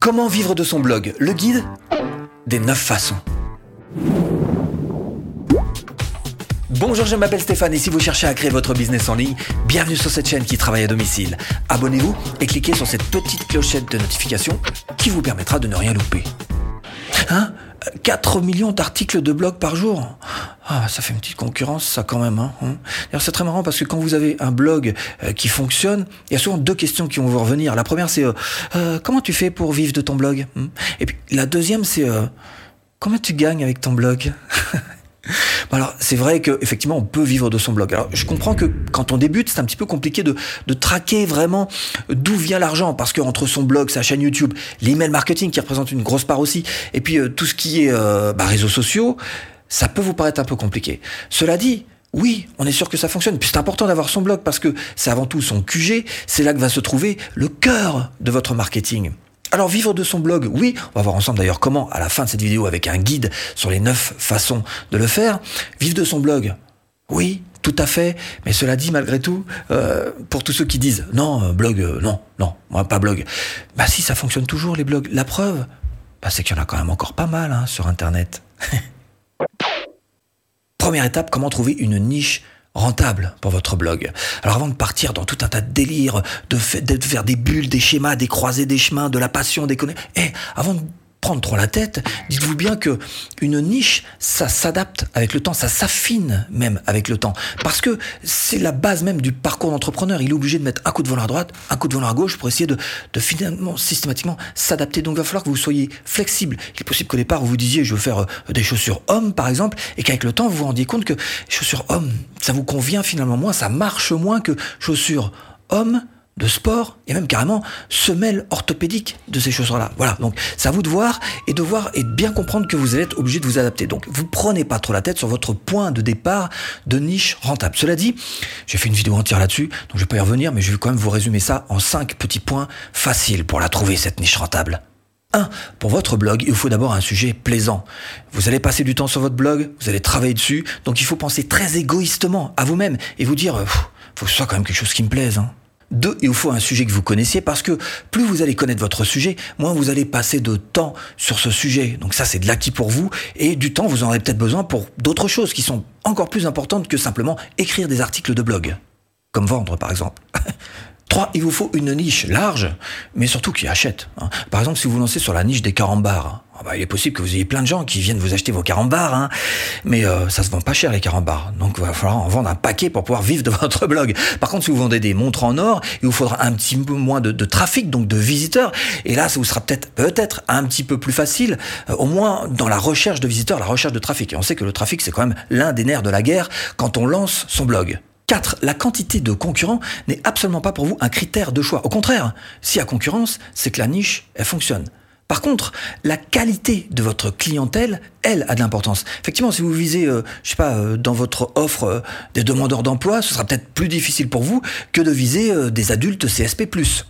Comment vivre de son blog? Le guide des 9 façons. Bonjour, je m'appelle Stéphane et si vous cherchez à créer votre business en ligne, bienvenue sur cette chaîne qui travaille à domicile. Abonnez-vous et cliquez sur cette petite clochette de notification qui vous permettra de ne rien louper. 4 millions d'articles de blog par jour. Ça fait une petite concurrence, ça quand même. D'ailleurs, c'est très marrant parce que quand vous avez un blog qui fonctionne, il y a souvent 2 questions qui vont vous revenir. La première, c'est comment tu fais pour vivre de ton blog? Et puis la deuxième, c'est combien tu gagnes avec ton blog? Alors, c'est vrai qu'effectivement, on peut vivre de son blog. Alors, je comprends que quand on débute, c'est un petit peu compliqué de traquer vraiment d'où vient l'argent, parce que entre son blog, sa chaîne YouTube, l'email marketing qui représente une grosse part aussi, et puis tout ce qui est réseaux sociaux, ça peut vous paraître un peu compliqué. Cela dit, oui, on est sûr que ça fonctionne. Puis c'est important d'avoir son blog parce que c'est avant tout son QG, c'est là que va se trouver le cœur de votre marketing. Alors, vivre de son blog, oui, on va voir ensemble d'ailleurs comment, à la fin de cette vidéo, avec un guide sur les 9 façons de le faire. Vivre de son blog, oui, tout à fait, mais cela dit, malgré tout, pour tous ceux qui disent « Non, blog, non, moi pas blog », si, ça fonctionne toujours les blogs. La preuve, c'est qu'il y en a quand même encore pas mal sur Internet. Première étape, comment trouver une niche rentable pour votre blog. Alors avant de partir dans tout un tas de délires, de faire des bulles, des schémas, des croisées des chemins, de la passion, des avant de prendre trop la tête, dites-vous bien que une niche, ça s'adapte avec le temps, ça s'affine même avec le temps. Parce que c'est la base même du parcours d'entrepreneur. Il est obligé de mettre un coup de volant à droite, un coup de volant à gauche pour essayer de finalement, systématiquement s'adapter. Donc il va falloir que vous soyez flexible. Il est possible qu'au départ, vous vous disiez, je veux faire des chaussures hommes, par exemple, et qu'avec le temps, vous vous rendiez compte que chaussures hommes, ça vous convient finalement moins, ça marche moins que chaussures hommes, de sport et même carrément semelles orthopédiques de ces chaussures-là. Voilà, donc c'est à vous de voir et de bien comprendre que vous allez être obligé de vous adapter. Donc vous prenez pas trop la tête sur votre point de départ de niche rentable. Cela dit, j'ai fait une vidéo entière là-dessus, donc je vais pas y revenir, mais je vais quand même vous résumer ça en 5 petits points faciles pour la trouver, cette niche rentable. 1. Pour votre blog, il vous faut d'abord un sujet plaisant. Vous allez passer du temps sur votre blog, vous allez travailler dessus, donc il faut penser très égoïstement à vous-même et vous dire, faut que ce soit quand même quelque chose qui me plaise. 2, il vous faut un sujet que vous connaissiez parce que plus vous allez connaître votre sujet, moins vous allez passer de temps sur ce sujet. Donc ça, c'est de l'acquis pour vous et du temps, vous en aurez peut-être besoin pour d'autres choses qui sont encore plus importantes que simplement écrire des articles de blog, comme vendre par exemple. 3, il vous faut une niche large, mais surtout qui achète. Par exemple, si vous vous lancez sur la niche des carambars, il est possible que vous ayez plein de gens qui viennent vous acheter vos carambars, mais ça se vend pas cher les carambars. Donc il va falloir en vendre un paquet pour pouvoir vivre de votre blog. Par contre, si vous vendez des montres en or, il vous faudra un petit peu moins de trafic, donc de visiteurs. Et là, ça vous sera peut-être un petit peu plus facile, au moins dans la recherche de visiteurs, la recherche de trafic. Et on sait que le trafic, c'est quand même l'un des nerfs de la guerre quand on lance son blog. 4. La quantité de concurrents n'est absolument pas pour vous un critère de choix. Au contraire, s'il y a concurrence, c'est que la niche, elle fonctionne. Par contre, la qualité de votre clientèle, elle, a de l'importance. Effectivement, si vous visez, dans votre offre des demandeurs d'emploi, ce sera peut-être plus difficile pour vous que de viser des adultes CSP+.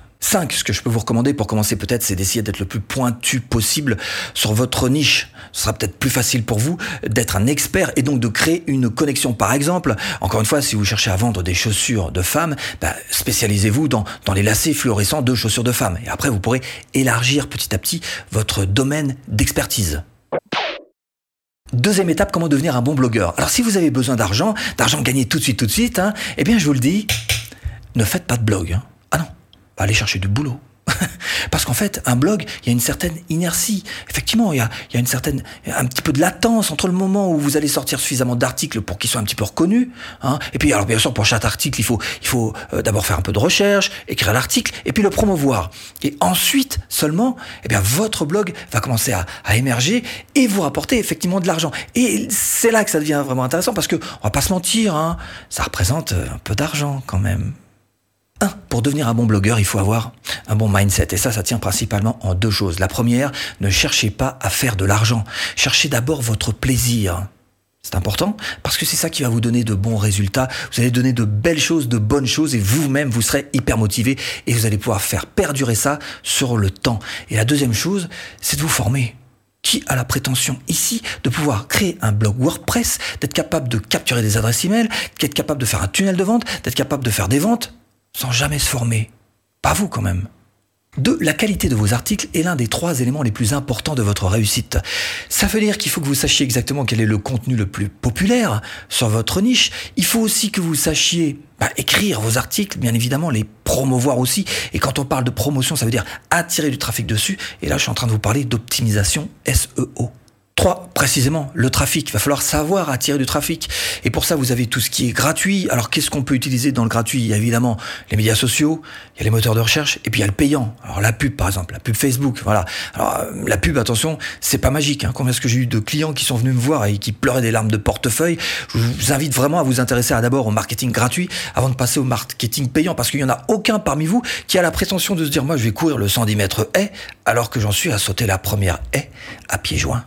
5, ce que je peux vous recommander pour commencer peut-être, c'est d'essayer d'être le plus pointu possible sur votre niche. Ce sera peut-être plus facile pour vous d'être un expert et donc de créer une connexion. Par exemple, encore une fois, si vous cherchez à vendre des chaussures de femmes, spécialisez-vous dans les lacets fluorescents de chaussures de femmes. Et après, vous pourrez élargir petit à petit votre domaine d'expertise. Deuxième étape, comment devenir un bon blogueur. Alors, si vous avez besoin d'argent gagné tout de suite, je vous le dis, ne faites pas de blog. Allez chercher du boulot. Parce qu'en fait, un blog, il y a une certaine inertie. Effectivement, il y a un petit peu de latence entre le moment où vous allez sortir suffisamment d'articles pour qu'ils soient un petit peu reconnus. Et puis, alors bien sûr, pour chaque article, il faut d'abord faire un peu de recherche, écrire l'article, et puis le promouvoir. Et ensuite, seulement, votre blog va commencer à émerger et vous rapporter effectivement de l'argent. Et c'est là que ça devient vraiment intéressant parce que, on va pas se mentir, ça représente un peu d'argent quand même. 1. Pour devenir un bon blogueur, il faut avoir un bon mindset. Et ça tient principalement en 2 choses. La première, ne cherchez pas à faire de l'argent. Cherchez d'abord votre plaisir. C'est important parce que c'est ça qui va vous donner de bons résultats. Vous allez donner de belles choses, de bonnes choses et vous-même, vous serez hyper motivé et vous allez pouvoir faire perdurer ça sur le temps. Et la deuxième chose, c'est de vous former. Qui a la prétention ici de pouvoir créer un blog WordPress, d'être capable de capturer des adresses email, d'être capable de faire un tunnel de vente, d'être capable de faire des ventes sans jamais se former? Pas vous quand même. 2. La qualité de vos articles est l'un des 3 éléments les plus importants de votre réussite. Ça veut dire qu'il faut que vous sachiez exactement quel est le contenu le plus populaire sur votre niche. Il faut aussi que vous sachiez écrire vos articles, bien évidemment, les promouvoir aussi. Et quand on parle de promotion, ça veut dire attirer du trafic dessus. Et là, je suis en train de vous parler d'optimisation SEO. 3, précisément, le trafic. Il va falloir savoir attirer du trafic. Et pour ça, vous avez tout ce qui est gratuit. Alors, qu'est-ce qu'on peut utiliser dans le gratuit ? Il y a évidemment les médias sociaux, il y a les moteurs de recherche, et puis il y a le payant. Alors, la pub, par exemple, la pub Facebook, voilà. Alors, la pub, attention, c'est pas magique. Combien est-ce que j'ai eu de clients qui sont venus me voir et qui pleuraient des larmes de portefeuille ? Je vous invite vraiment à vous intéresser d'abord au marketing gratuit avant de passer au marketing payant, parce qu'il n'y en a aucun parmi vous qui a la prétention de se dire, moi, je vais courir le 110 mètres haie, alors que j'en suis à sauter la première haie à pieds joints.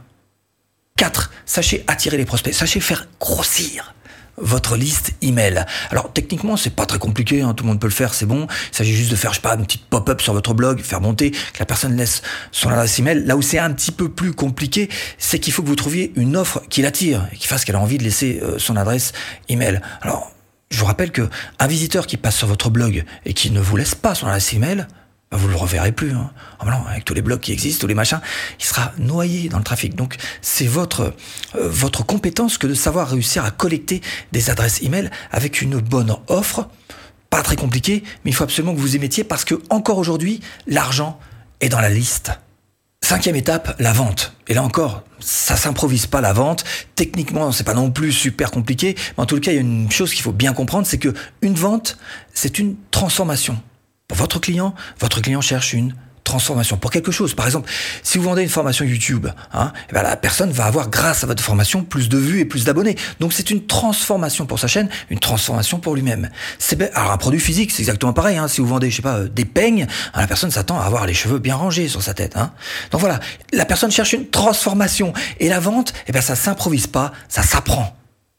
4. Sachez attirer les prospects, sachez faire grossir votre liste email. Alors techniquement, c'est pas très compliqué, tout le monde peut le faire, c'est bon. Il s'agit juste de faire, une petite pop-up sur votre blog, faire monter, que la personne laisse son adresse email. Là où c'est un petit peu plus compliqué, c'est qu'il faut que vous trouviez une offre qui l'attire et qui fasse qu'elle a envie de laisser son adresse email. Alors, je vous rappelle que un visiteur qui passe sur votre blog et qui ne vous laisse pas son adresse email, vous le reverrez plus. Oh non, avec tous les blogs qui existent, tous les machins, il sera noyé dans le trafic. Donc, c'est votre compétence que de savoir réussir à collecter des adresses email avec une bonne offre. Pas très compliqué, mais il faut absolument que vous y mettiez parce que, encore aujourd'hui, l'argent est dans la liste. 5e étape, la vente. Et là encore, ça s'improvise pas, la vente. Techniquement, c'est pas non plus super compliqué. Mais en tout cas, il y a une chose qu'il faut bien comprendre, c'est que une vente, c'est une transformation. Pour votre client cherche une transformation pour quelque chose. Par exemple, si vous vendez une formation YouTube, la personne va avoir, grâce à votre formation, plus de vues et plus d'abonnés. Donc c'est une transformation pour sa chaîne, une transformation pour lui-même. Alors un produit physique, c'est exactement pareil. Si vous vendez, des peignes, la personne s'attend à avoir les cheveux bien rangés sur sa tête. Donc voilà, la personne cherche une transformation. Et la vente, ça s'improvise pas, ça s'apprend.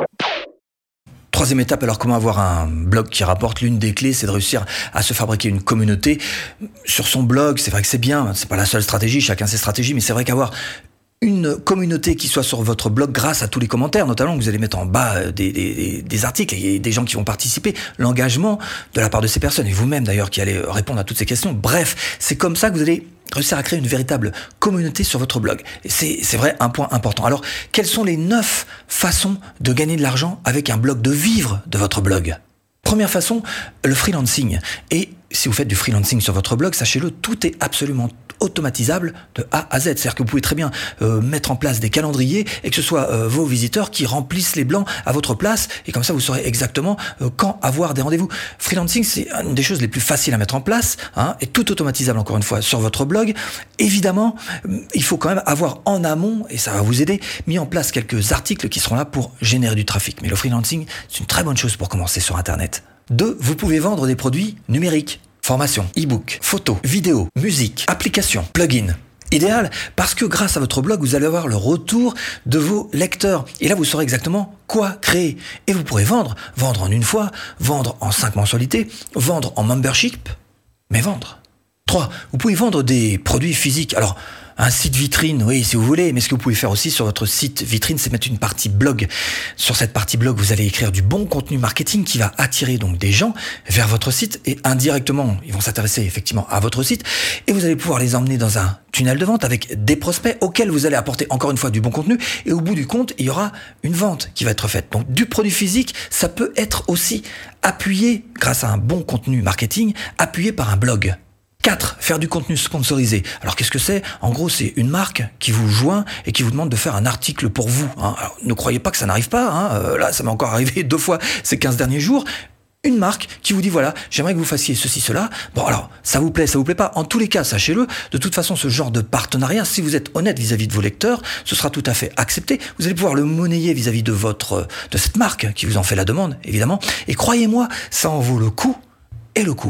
3e étape, alors comment avoir un blog qui rapporte? L'une des clés, c'est de réussir à se fabriquer une communauté sur son blog. C'est vrai que c'est bien, c'est pas la seule stratégie, chacun ses stratégies, mais c'est vrai qu'avoir une communauté qui soit sur votre blog grâce à tous les commentaires, notamment que vous allez mettre en bas des articles et des gens qui vont participer, l'engagement de la part de ces personnes et vous-même d'ailleurs qui allez répondre à toutes ces questions. Bref, c'est comme ça que vous allez réussir à créer une véritable communauté sur votre blog. Et c'est vrai, un point important. Alors, quelles sont les 9 façons de gagner de l'argent avec un blog, de vivre de votre blog ? Première façon, le freelancing. Et si vous faites du freelancing sur votre blog, sachez-le, tout est absolument automatisable de A à Z. C'est-à-dire que vous pouvez très bien mettre en place des calendriers et que ce soit vos visiteurs qui remplissent les blancs à votre place et comme ça vous saurez exactement quand avoir des rendez-vous. Freelancing, c'est une des choses les plus faciles à mettre en place et tout automatisable encore une fois sur votre blog. Évidemment, il faut quand même avoir en amont, et ça va vous aider, mis en place quelques articles qui seront là pour générer du trafic. Mais le freelancing, c'est une très bonne chose pour commencer sur Internet. 2. Vous pouvez vendre des produits numériques. Formation, e-book, photos, vidéos, musique, applications, plugins. Idéal parce que grâce à votre blog, vous allez avoir le retour de vos lecteurs. Et là, vous saurez exactement quoi créer. Et vous pourrez vendre en une fois, vendre en 5 mensualités, vendre en membership, mais vendre. 3. Vous pouvez vendre des produits physiques. Alors, un site vitrine, oui, si vous voulez, mais ce que vous pouvez faire aussi sur votre site vitrine, c'est mettre une partie blog. Sur cette partie blog, vous allez écrire du bon contenu marketing qui va attirer donc des gens vers votre site et indirectement, ils vont s'intéresser effectivement à votre site et vous allez pouvoir les emmener dans un tunnel de vente avec des prospects auxquels vous allez apporter encore une fois du bon contenu et au bout du compte, il y aura une vente qui va être faite. Donc du produit physique, ça peut être aussi appuyé grâce à un bon contenu marketing, appuyé par un blog. 4. Faire du contenu sponsorisé. Alors qu'est-ce que c'est ? En gros, c'est une marque qui vous joint et qui vous demande de faire un article pour vous. Alors, ne croyez pas que ça n'arrive pas. Là, ça m'est encore arrivé 2 fois ces 15 derniers jours. Une marque qui vous dit voilà, j'aimerais que vous fassiez ceci, cela. Bon alors, ça vous plaît pas. En tous les cas, sachez-le, de toute façon, ce genre de partenariat, si vous êtes honnête vis-à-vis de vos lecteurs, ce sera tout à fait accepté. Vous allez pouvoir le monnayer vis-à-vis de cette marque qui vous en fait la demande, évidemment. Et croyez-moi, ça en vaut le coup et le coup.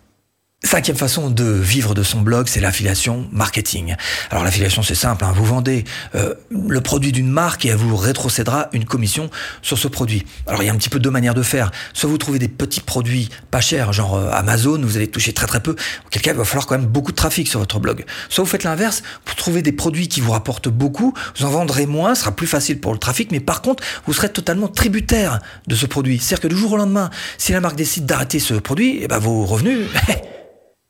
5e façon de vivre de son blog, c'est l'affiliation marketing. Alors l'affiliation, c'est simple, vous vendez le produit d'une marque et elle vous rétrocédera une commission sur ce produit. Alors il y a un petit peu 2 manières de faire. Soit vous trouvez des petits produits pas chers, genre Amazon, vous allez toucher très très peu, auquel cas il va falloir quand même beaucoup de trafic sur votre blog. Soit vous faites l'inverse, vous trouvez des produits qui vous rapportent beaucoup, vous en vendrez moins, ce sera plus facile pour le trafic, mais par contre, vous serez totalement tributaire de ce produit. C'est-à-dire que du jour au lendemain, si la marque décide d'arrêter ce produit, vos revenus...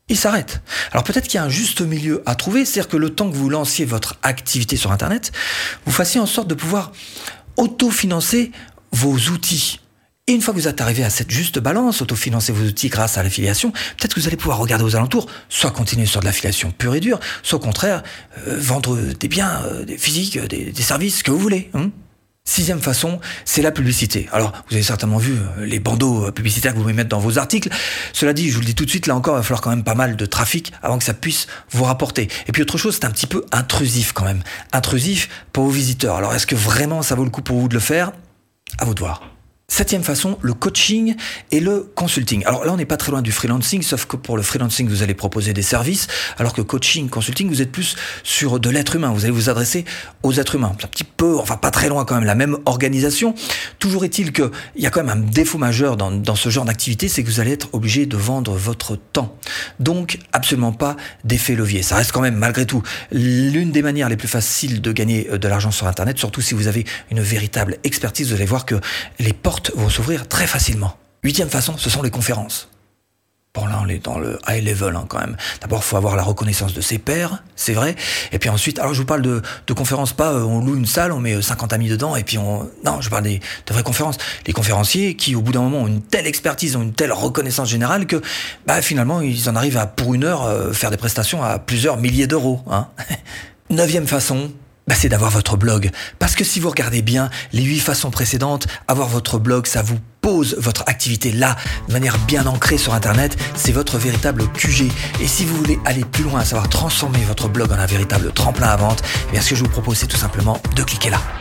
il s'arrête. Alors peut-être qu'il y a un juste milieu à trouver, c'est-à-dire que le temps que vous lanciez votre activité sur Internet, vous fassiez en sorte de pouvoir autofinancer vos outils. Et une fois que vous êtes arrivé à cette juste balance, autofinancer vos outils grâce à l'affiliation, peut-être que vous allez pouvoir regarder aux alentours, soit continuer sur de l'affiliation pure et dure, soit au contraire, vendre des biens, des physiques, des services, ce que vous voulez. 6e façon, c'est la publicité. Alors, vous avez certainement vu les bandeaux publicitaires que vous pouvez mettre dans vos articles. Cela dit, je vous le dis tout de suite, là encore, il va falloir quand même pas mal de trafic avant que ça puisse vous rapporter. Et puis autre chose, c'est un petit peu intrusif quand même. Intrusif pour vos visiteurs. Alors, est-ce que vraiment ça vaut le coup pour vous de le faire ? À vous de voir. 7e façon, le coaching et le consulting. Alors là, on n'est pas très loin du freelancing, sauf que pour le freelancing, vous allez proposer des services, alors que coaching, consulting, vous êtes plus sur de l'être humain. Vous allez vous adresser aux êtres humains. C'est un petit peu, enfin pas très loin quand même, la même organisation. Toujours est-il qu'il y a quand même un défaut majeur dans ce genre d'activité, c'est que vous allez être obligé de vendre votre temps. Donc, absolument pas d'effet levier. Ça reste quand même, malgré tout, l'une des manières les plus faciles de gagner de l'argent sur Internet, surtout si vous avez une véritable expertise. Vous allez voir que les portes vont s'ouvrir très facilement. 8e façon, ce sont les conférences. Bon, là, on est dans le high level quand même. D'abord, il faut avoir la reconnaissance de ses pairs, c'est vrai. Et puis ensuite, alors je vous parle de conférences, pas on loue une salle, on met 50 amis dedans, et puis Non, je parle de vraies conférences. Les conférenciers qui, au bout d'un moment, ont une telle expertise, ont une telle reconnaissance générale que, finalement, ils en arrivent à, pour une heure, faire des prestations à plusieurs milliers d'euros. 9e façon, c'est d'avoir votre blog. Parce que si vous regardez bien les 8 façons précédentes, avoir votre blog, ça vous pose votre activité là, de manière bien ancrée sur Internet. C'est votre véritable QG. Et si vous voulez aller plus loin, à savoir transformer votre blog en un véritable tremplin à vente, ce que je vous propose, c'est tout simplement de cliquer là.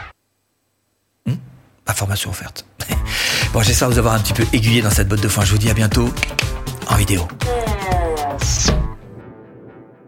Information offerte. Bon, j'espère vous avoir un petit peu aiguillé dans cette botte de foin. Je vous dis à bientôt en vidéo.